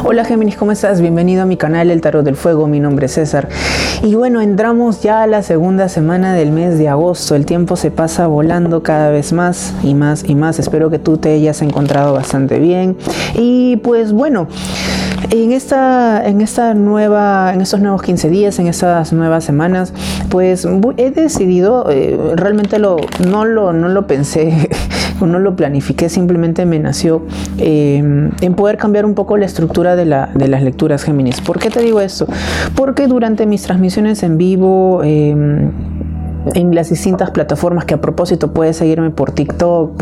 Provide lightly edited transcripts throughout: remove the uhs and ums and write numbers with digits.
Hola Géminis, ¿cómo estás? Bienvenido a mi canal El Tarot del Fuego, mi nombre es César. Y bueno, entramos ya a la segunda semana del mes de agosto. El tiempo se pasa volando cada vez más y más y más. Espero que tú te hayas encontrado bastante bien. Y pues bueno, en estos nuevos 15 días, en estas nuevas semanas, pues he decidido, realmente no lo pensé, no lo planifiqué, simplemente me nació en poder cambiar un poco la estructura de las lecturas, Géminis. ¿Por qué te digo esto? Porque durante mis transmisiones en vivo, en las distintas plataformas, que a propósito puedes seguirme por TikTok,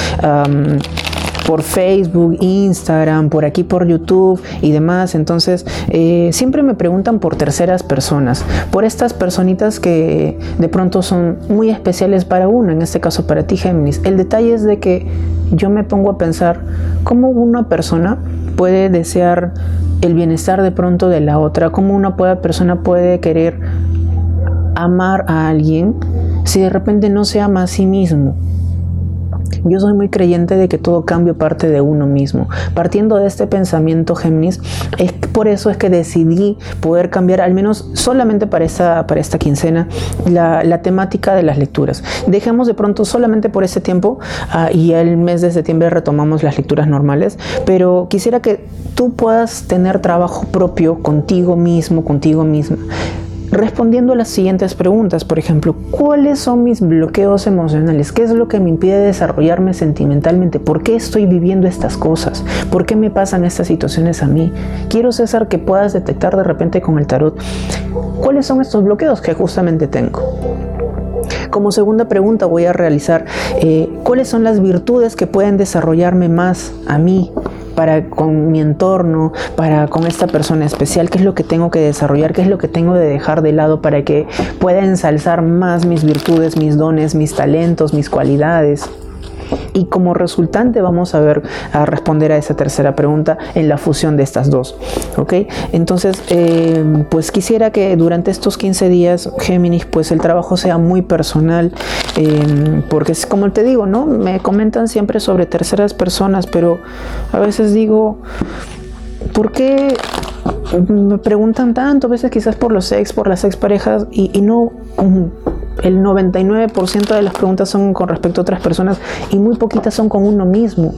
por Facebook, Instagram, por aquí por YouTube y demás. Entonces siempre me preguntan por terceras personas, por estas personitas que de pronto son muy especiales para uno, en este caso para ti, Géminis. El detalle es de que yo me pongo a pensar cómo una persona puede desear el bienestar de pronto de la otra, cómo una persona puede querer amar a alguien si de repente no se ama a sí mismo. Yo soy muy creyente de que todo cambio parte de uno mismo. Partiendo de este pensamiento, Géminis, por eso es que decidí poder cambiar, al menos solamente para esta quincena, la temática de las lecturas. Dejemos de pronto solamente por este tiempo y el mes de septiembre retomamos las lecturas normales, pero quisiera que tú puedas tener trabajo propio contigo mismo, contigo misma, respondiendo a las siguientes preguntas. Por ejemplo, ¿cuáles son mis bloqueos emocionales? ¿Qué es lo que me impide desarrollarme sentimentalmente? ¿Por qué estoy viviendo estas cosas? ¿Por qué me pasan estas situaciones a mí? Quiero, César, que puedas detectar de repente con el tarot cuáles son estos bloqueos que justamente tengo. Como segunda pregunta voy a realizar cuáles son las virtudes que pueden desarrollarme más a mí, con mi entorno, con esta persona especial. ¿Qué es lo que tengo que desarrollar? ¿Qué es lo que tengo de dejar de lado para que pueda ensalzar más mis virtudes, mis dones, mis talentos, mis cualidades? Y como resultante vamos a responder a esa tercera pregunta en la fusión de estas dos, ¿ok? Entonces, pues quisiera que durante estos 15 días, Géminis, pues el trabajo sea muy personal, porque es como te digo, ¿no? Me comentan siempre sobre terceras personas, pero a veces digo, ¿por qué me preguntan tanto? A veces quizás por las exparejas y no... El 99% de las preguntas son con respecto a otras personas y muy poquitas son con uno mismo.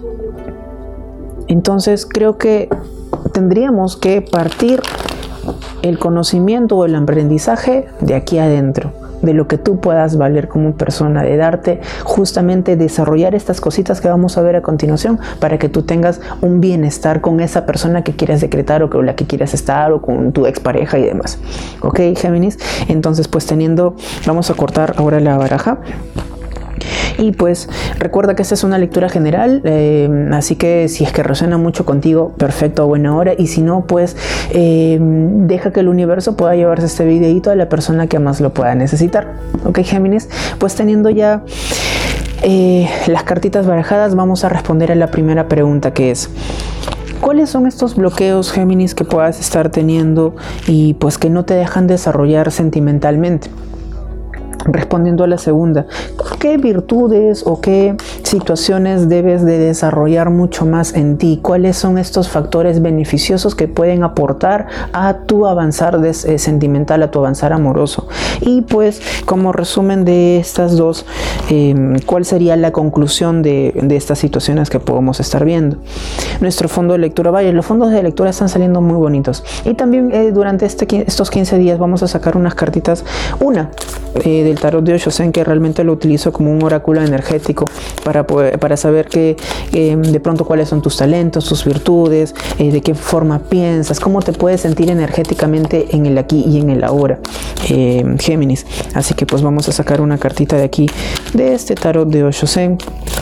Entonces creo que tendríamos que partir el conocimiento o el aprendizaje de aquí adentro, de lo que tú puedas valer como persona, de darte justamente, desarrollar estas cositas que vamos a ver a continuación para que tú tengas un bienestar con esa persona que quieras decretar o con la que quieras estar o con tu expareja y demás. ¿Ok, Géminis? Entonces, pues vamos a cortar ahora la baraja. Y pues recuerda que esta es una lectura general, así que si es que resuena mucho contigo, perfecto, a buena hora, y si no, pues deja que el universo pueda llevarse este videito a la persona que más lo pueda necesitar. Ok, Géminis, pues teniendo ya las cartitas barajadas, vamos a responder a la primera pregunta, que es: ¿cuáles son estos bloqueos, Géminis, que puedas estar teniendo y pues que no te dejan desarrollar sentimentalmente? Respondiendo a la segunda, ¿qué virtudes o qué situaciones debes de desarrollar mucho más en ti? ¿Cuáles son estos factores beneficiosos que pueden aportar a tu avanzar sentimental, a tu avanzar amoroso? Y pues como resumen de estas dos, ¿cuál sería la conclusión de estas situaciones que podemos estar viendo? Nuestro fondo de lectura, vaya, los fondos de lectura están saliendo muy bonitos. Y también durante estos 15 días vamos a sacar unas cartitas, del tarot de Osho Zen, que realmente lo utilizo como un oráculo energético para saber de pronto cuáles son tus talentos, tus virtudes, de qué forma piensas, cómo te puedes sentir energéticamente en el aquí y en el ahora, Géminis. Así que pues vamos a sacar una cartita de aquí, de este tarot de Osho Zen.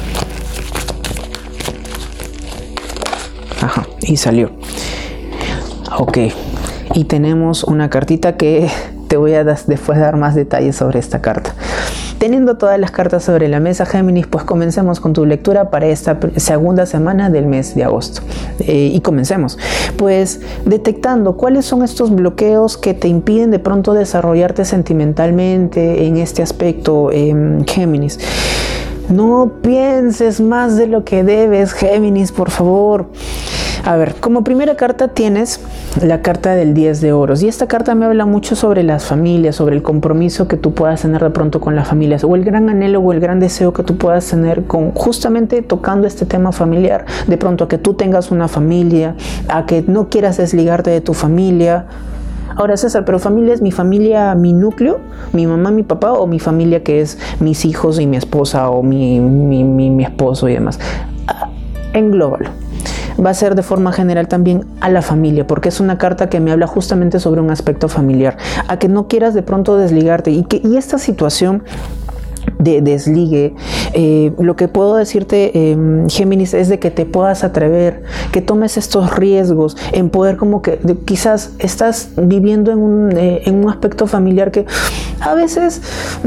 Ajá, y salió. Ok, y tenemos una cartita que te voy a después dar más detalles sobre esta carta. Teniendo todas las cartas sobre la mesa, Géminis, pues comencemos con tu lectura para esta segunda semana del mes de agosto. Y comencemos, pues, detectando cuáles son estos bloqueos que te impiden de pronto desarrollarte sentimentalmente en este aspecto, Géminis. No pienses más de lo que debes, Géminis, por favor. A ver, como primera carta tienes la carta del 10 de oros, y esta carta me habla mucho sobre las familias, sobre el compromiso que tú puedas tener de pronto con las familias, o el gran anhelo o el gran deseo que tú puedas tener con justamente tocando este tema familiar, de pronto a que tú tengas una familia, a que no quieras desligarte de tu familia. Ahora, César, pero familia es mi familia, mi núcleo, mi mamá, mi papá, o mi familia que es mis hijos y mi esposa o mi esposo y demás. Englóbalo. Va a ser de forma general también a la familia, porque es una carta que me habla justamente sobre un aspecto familiar, a que no quieras de pronto desligarte y esta situación de desligue, lo que puedo decirte, Géminis, es de que te puedas atrever, que tomes estos riesgos en poder, como que quizás estás viviendo en un aspecto familiar que a veces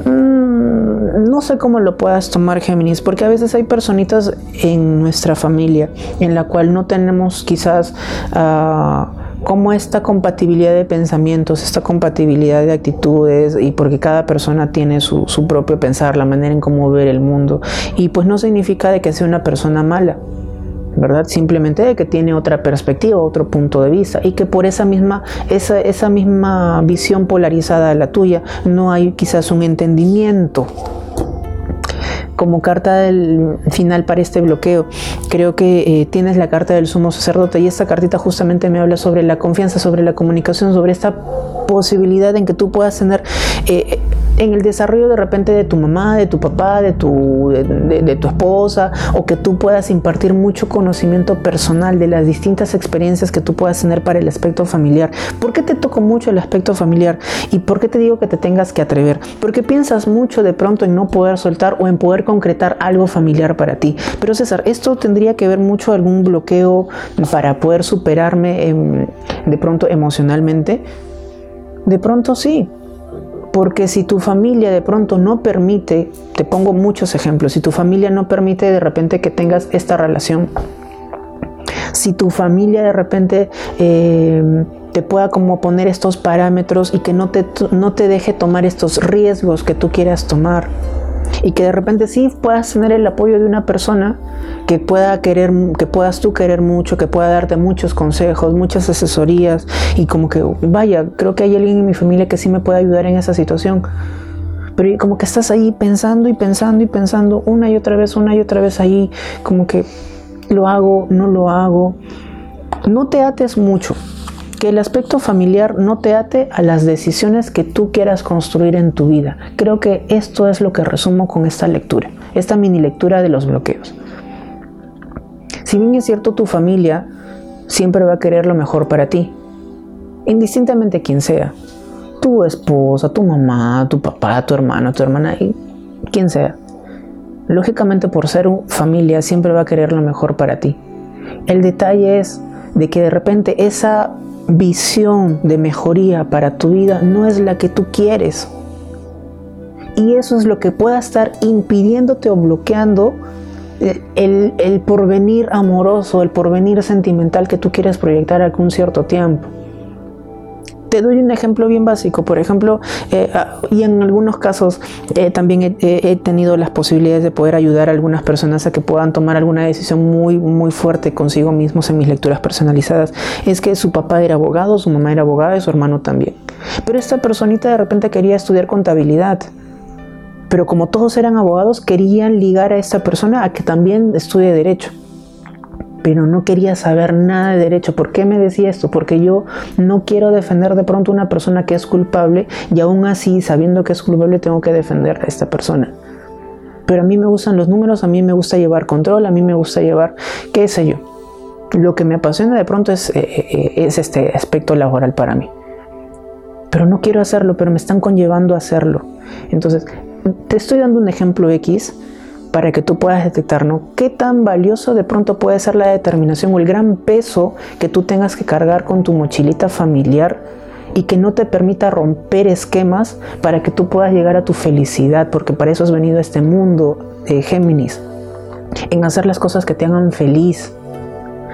no sé cómo lo puedas tomar, Géminis, porque a veces hay personitas en nuestra familia en la cual no tenemos quizás como esta compatibilidad de pensamientos, esta compatibilidad de actitudes, y porque cada persona tiene su propio pensar, la manera en cómo ver el mundo, y pues no significa de que sea una persona mala, ¿verdad? Simplemente de que tiene otra perspectiva, otro punto de vista, y que por esa misma visión polarizada a la tuya no hay quizás un entendimiento. Como carta del final para este bloqueo, creo que tienes la carta del sumo sacerdote, y esta cartita justamente me habla sobre la confianza, sobre la comunicación, sobre esta posibilidad en que tú puedas tener en el desarrollo de repente de tu mamá, de tu papá, de tu esposa, o que tú puedas impartir mucho conocimiento personal de las distintas experiencias que tú puedas tener para el aspecto familiar. ¿Por qué te tocó mucho el aspecto familiar? ¿Y por qué te digo que te tengas que atrever? Porque piensas mucho de pronto en no poder soltar o en poder concretar algo familiar para ti. Pero César, ¿esto tendría que ver mucho algún bloqueo para poder superarme de pronto emocionalmente? De pronto sí. Porque si tu familia de pronto no permite, te pongo muchos ejemplos, si tu familia no permite de repente que tengas esta relación, si tu familia de repente te pueda como poner estos parámetros y que no te deje tomar estos riesgos que tú quieras tomar, y que de repente sí puedas tener el apoyo de una persona que puedas tú querer mucho, que pueda darte muchos consejos, muchas asesorías, y como que vaya, creo que hay alguien en mi familia que sí me puede ayudar en esa situación, pero como que estás ahí pensando y pensando y pensando una y otra vez ahí, como que lo hago, no lo hago. No te ates mucho, que el aspecto familiar no te ate a las decisiones que tú quieras construir en tu vida. Creo que esto es lo que resumo con esta lectura, esta mini lectura de los bloqueos. Si bien es cierto, tu familia siempre va a querer lo mejor para ti, indistintamente quién sea, tu esposa, tu mamá, tu papá, tu hermano, tu hermana, y quien sea. Lógicamente, por ser familia, siempre va a querer lo mejor para ti. El detalle es de que de repente esa visión de mejoría para tu vida no es la que tú quieres, y eso es lo que pueda estar impidiéndote o bloqueando el porvenir amoroso, el porvenir sentimental que tú quieres proyectar a algún cierto tiempo. Te doy un ejemplo bien básico. Por ejemplo, y en algunos casos también he tenido las posibilidades de poder ayudar a algunas personas a que puedan tomar alguna decisión muy, muy fuerte consigo mismos en mis lecturas personalizadas. Es que su papá era abogado, su mamá era abogada y su hermano también. Pero esta personita de repente quería estudiar contabilidad. Pero como todos eran abogados, querían ligar a esta persona a que también estudie derecho. Pero no quería saber nada de derecho. ¿Por qué me decía esto? Porque yo no quiero defender de pronto a una persona que es culpable, y aún así, sabiendo que es culpable, tengo que defender a esta persona. Pero a mí me gustan los números, a mí me gusta llevar control, a mí me gusta llevar, qué sé yo. Lo que me apasiona de pronto es este aspecto laboral para mí. Pero no quiero hacerlo, pero me están conllevando a hacerlo. Entonces, te estoy dando un ejemplo X para que tú puedas detectar, ¿no?, qué tan valioso de pronto puede ser la determinación o el gran peso que tú tengas que cargar con tu mochilita familiar, y que no te permita romper esquemas para que tú puedas llegar a tu felicidad, porque para eso has venido a este mundo, Géminis, en hacer las cosas que te hagan feliz.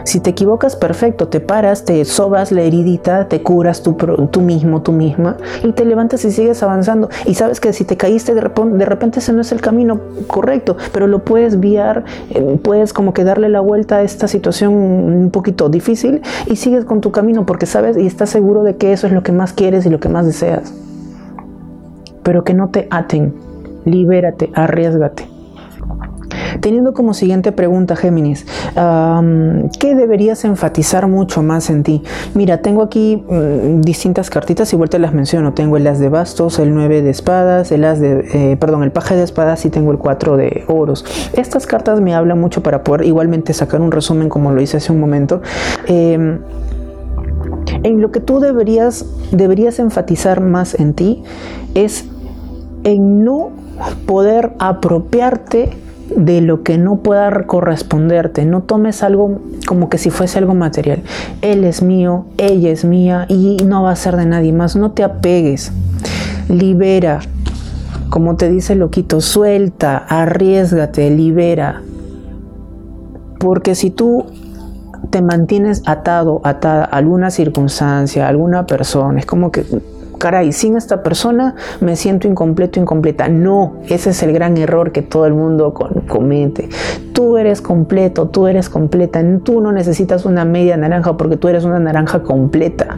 Si te equivocas, perfecto, te paras, te sobas la heridita, te curas tú mismo, tú misma, y te levantas y sigues avanzando. Y sabes que si te caíste de repente ese no es el camino correcto, pero lo puedes guiar, puedes como que darle la vuelta a esta situación un poquito difícil y sigues con tu camino porque sabes y estás seguro de que eso es lo que más quieres y lo que más deseas. Pero que no te aten, libérate, arriésgate. Teniendo como siguiente pregunta, Géminis, ¿qué deberías enfatizar mucho más en ti? Mira, tengo aquí distintas cartitas, igual te las menciono. Tengo el as de bastos, el 9 de espadas, el paje de espadas y tengo el 4 de oros. Estas cartas me hablan mucho para poder igualmente sacar un resumen como lo hice hace un momento. En lo que tú deberías enfatizar más en ti es en no poder apropiarte de lo que no pueda corresponderte. No tomes algo como que si fuese algo material. Él es mío, ella es mía y no va a ser de nadie más. No te apegues. Libera. Como te dice el loquito, suelta, arriésgate, libera. Porque si tú te mantienes atado, atada a alguna circunstancia, a alguna persona, es como que caray, sin esta persona me siento incompleto, incompleta. No, ese es el gran error que todo el mundo comete. Tú eres completo, tú eres completa. Tú no necesitas una media naranja porque tú eres una naranja completa.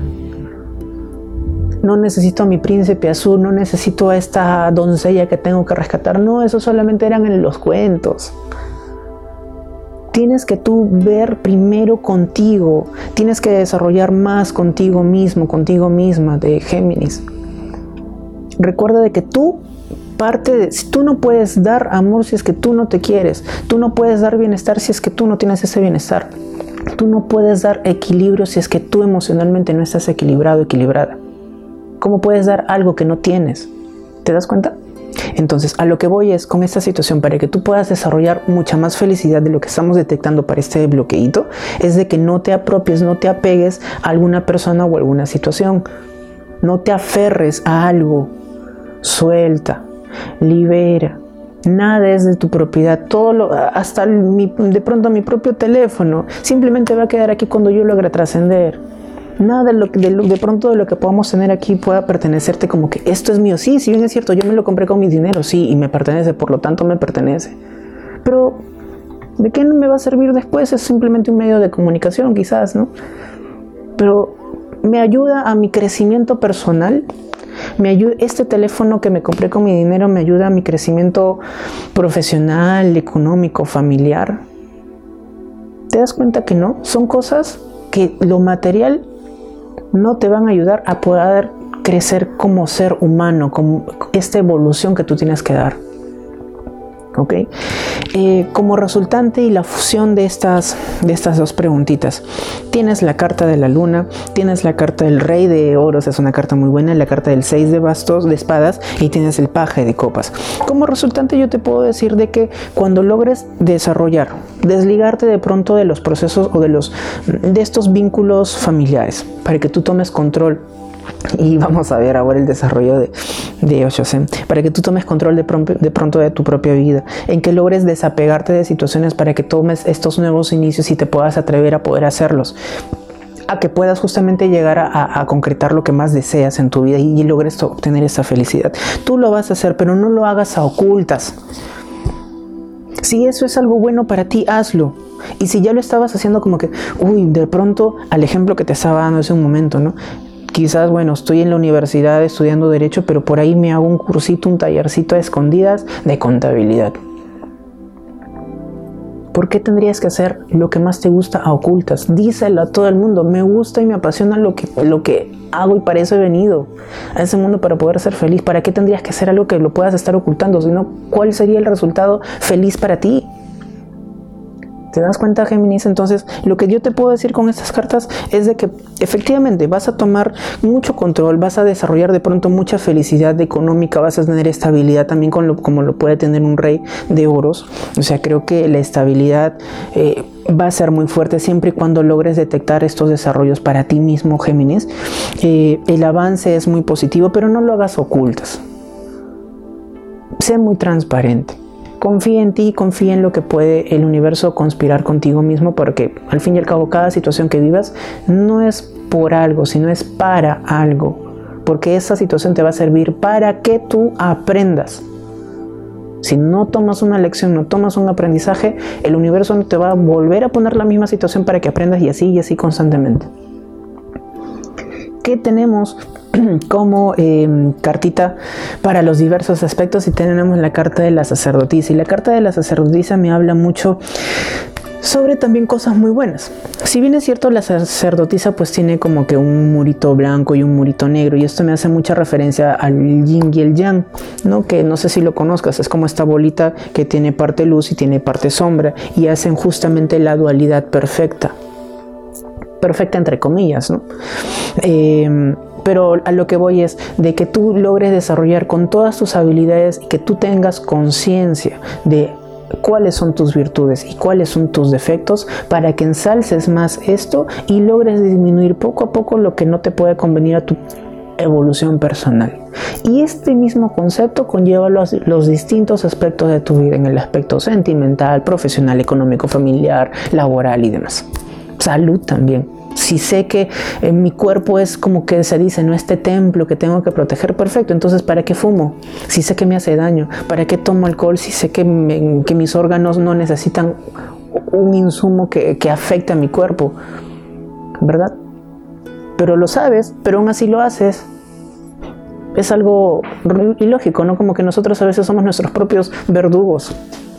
No necesito a mi príncipe azul, no necesito a esta doncella que tengo que rescatar. No, eso solamente eran en los cuentos. Tienes que tú ver primero contigo, tienes que desarrollar más contigo mismo, contigo misma, de Géminis. Recuerda de que si tú no puedes dar amor si es que tú no te quieres, tú no puedes dar bienestar si es que tú no tienes ese bienestar, tú no puedes dar equilibrio si es que tú emocionalmente no estás equilibrado, equilibrada. ¿Cómo puedes dar algo que no tienes? ¿Te das cuenta? Entonces, a lo que voy es con esta situación, para que tú puedas desarrollar mucha más felicidad de lo que estamos detectando para este bloqueíto, es de que no te apropies, no te apegues a alguna persona o alguna situación. No te aferres a algo. Suelta, libera. Nada es de tu propiedad. De pronto mi propio teléfono simplemente va a quedar aquí cuando yo logre trascender. Nada de pronto de lo que podamos tener aquí pueda pertenecerte como que esto es mío. Sí, si bien es cierto, yo me lo compré con mi dinero, sí, y me pertenece, por lo tanto me pertenece. Pero, ¿de qué me va a servir después? Es simplemente un medio de comunicación, quizás, ¿no? Pero me ayuda a mi crecimiento personal. Este teléfono que me compré con mi dinero me ayuda a mi crecimiento profesional, económico, familiar. ¿Te das cuenta que no? Son cosas que lo material no te van a ayudar a poder crecer como ser humano, como esta evolución que tú tienes que dar. ¿Ok? Como resultante y la fusión de estas dos preguntitas, tienes la carta de la luna, tienes la carta del rey de oros, es una carta muy buena, la carta del 6 de bastos, de espadas, y tienes el paje de copas. Como resultante yo te puedo decir de que cuando logres desligarte de pronto de los procesos o de estos vínculos familiares, para que tú tomes control. Y vamos a ver ahora el desarrollo de Osho Zen, para que tú tomes control de pronto de tu propia vida, en que logres desapegarte de situaciones para que tomes estos nuevos inicios y te puedas atrever a poder hacerlos, a que puedas justamente llegar a concretar lo que más deseas en tu vida y logres obtener esa felicidad. Tú lo vas a hacer, pero no lo hagas a ocultas. Si eso es algo bueno para ti, hazlo. Y si ya lo estabas haciendo como que, de pronto, al ejemplo que te estaba dando hace un momento, ¿no? Quizás, estoy en la universidad estudiando Derecho, pero por ahí me hago un cursito, un tallercito a escondidas de contabilidad. ¿Por qué tendrías que hacer lo que más te gusta a ocultas? Díselo a todo el mundo. Me gusta y me apasiona lo que hago y para eso he venido a ese mundo, para poder ser feliz. ¿Para qué tendrías que hacer algo que lo puedas estar ocultando? Sino, ¿cuál sería el resultado feliz para ti? ¿Te das cuenta, Géminis? Entonces, lo que yo te puedo decir con estas cartas es de que efectivamente vas a tomar mucho control, vas a desarrollar de pronto mucha felicidad económica, vas a tener estabilidad también como lo puede tener un rey de oros. O sea, creo que la estabilidad va a ser muy fuerte siempre y cuando logres detectar estos desarrollos para ti mismo, Géminis. El avance es muy positivo, pero no lo hagas ocultas. Sé muy transparente. confía en ti, confía en lo que puede el universo conspirar contigo mismo, porque al fin y al cabo cada situación que vivas no es por algo, sino es para algo, porque esa situación te va a servir para que tú aprendas. Si no tomas una lección, no tomas un aprendizaje, el universo no te va a volver a poner la misma situación para que aprendas y así constantemente. ¿Qué tenemos como cartita para los diversos aspectos? Y tenemos la carta de la sacerdotisa, y la carta de la sacerdotisa me habla mucho sobre también cosas muy buenas. Si bien es cierto, la sacerdotisa pues tiene como que un murito blanco y un murito negro, y esto me hace mucha referencia al yin y el yang, ¿no? Que no sé si lo conozcas, es como esta bolita que tiene parte luz y tiene parte sombra, y hacen justamente la dualidad perfecta entre comillas, ¿no? Pero a lo que voy es de que tú logres desarrollar con todas tus habilidades y que tú tengas conciencia de cuáles son tus virtudes y cuáles son tus defectos, para que ensalces más esto y logres disminuir poco a poco lo que no te puede convenir a tu evolución personal. Y este mismo concepto conlleva los distintos aspectos de tu vida, en el aspecto sentimental, profesional, económico, familiar, laboral y demás. Salud también. Si sé que mi cuerpo es como que se dice, no, este templo que tengo que proteger, perfecto. Entonces, ¿para qué fumo? Si sé que me hace daño. ¿Para qué tomo alcohol? Si sé que mis órganos no necesitan un insumo que afecte a mi cuerpo, ¿verdad? Pero lo sabes, pero aún así lo haces. Es algo ilógico, ¿no? Como que nosotros a veces somos nuestros propios verdugos.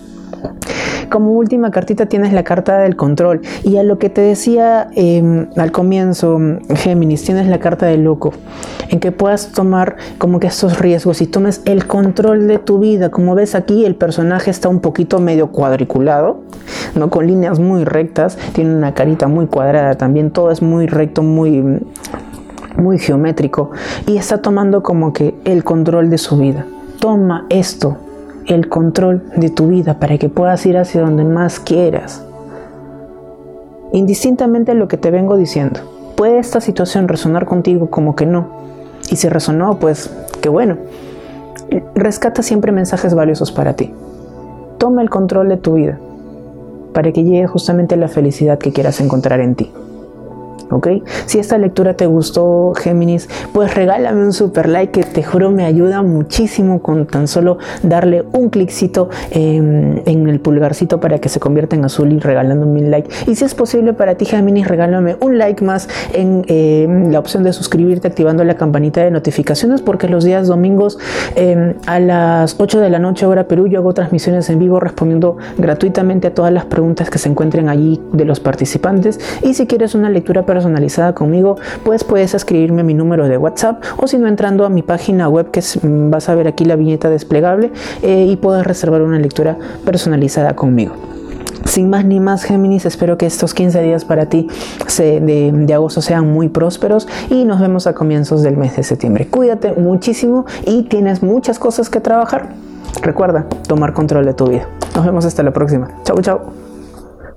Como última cartita tienes la carta del control, y a lo que te decía al comienzo, Géminis, tienes la carta del loco, en que puedas tomar como que estos riesgos y tomes el control de tu vida. Como ves aquí, el personaje está un poquito medio cuadriculado, ¿no? Con líneas muy rectas, tiene una carita muy cuadrada también, todo es muy recto, muy geométrico, y está tomando como que el control de su vida. Toma esto, el control de tu vida, para que puedas ir hacia donde más quieras. Indistintamente de lo que te vengo diciendo, puede esta situación resonar contigo como que no, y si resonó, pues qué bueno. Rescata siempre mensajes valiosos para ti. Toma el control de tu vida para que llegue justamente la felicidad que quieras encontrar en ti. ¿Ok? Si esta lectura te gustó, Géminis, pues regálame un super like, que te juro me ayuda muchísimo con tan solo darle un cliccito en el pulgarcito para que se convierta en azul y regalándome un like. Y si es posible para ti, Géminis, regálame un like más en la opción de suscribirte, activando la campanita de notificaciones, porque los días domingos a las 8 de la noche hora Perú yo hago transmisiones en vivo respondiendo gratuitamente a todas las preguntas que se encuentren allí de los participantes. Y si quieres una lectura personalizada conmigo, pues puedes escribirme a mi número de WhatsApp, o si no, entrando a mi página web, que vas a ver aquí la viñeta desplegable, y puedes reservar una lectura personalizada conmigo. Sin más ni más, Géminis, espero que estos 15 días para ti de agosto sean muy prósperos, y nos vemos a comienzos del mes de septiembre. Cuídate muchísimo y tienes muchas cosas que trabajar. Recuerda tomar control de tu vida. Nos vemos hasta la próxima. Chau, chau.